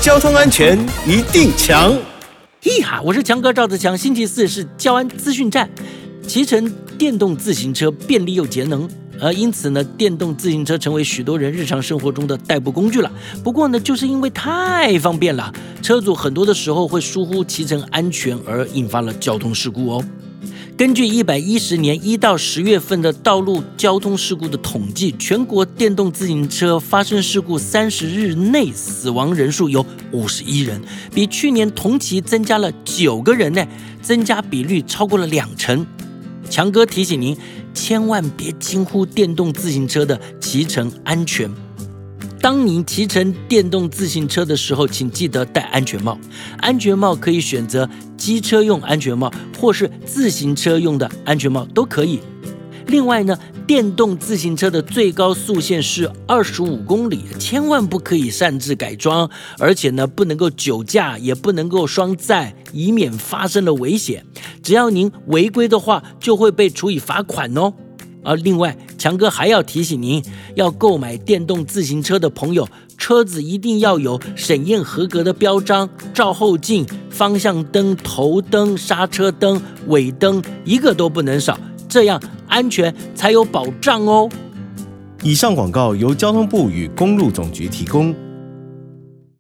交通安全一定强。 嘿哈，我是强哥赵自强。星期四是交安资讯站。骑乘电动自行车便利又节能，因此呢，电动自行车成为许多人日常生活中的代步工具了。不过呢，就是因为太方便了，车主很多的时候会疏忽骑乘安全，而引发了交通事故哦。根据110年1到10月份的道路交通事故的统计，全国电动自行车发生事故30日内死亡人数有51人，比去年同期增加了9个人呢，增加比率超过了2成。强哥提醒您，千万别轻忽电动自行车的骑乘安全。当您骑乘电动自行车的时候，请记得戴安全帽。安全帽可以选择机车用安全帽，或是自行车用的安全帽都可以。另外呢，电动自行车的最高速限是25公里，千万不可以擅自改装，而且呢，不能够酒驾，也不能够双载，以免发生了危险。只要您违规的话，就会被处以罚款哦。另外，强哥还要提醒您，要购买电动自行车的朋友，车子一定要有审验合格的标章、照后镜、方向灯、头灯、刹车灯、尾灯，一个都不能少，这样安全才有保障哦。 以上广告由交通部与公路总局提供。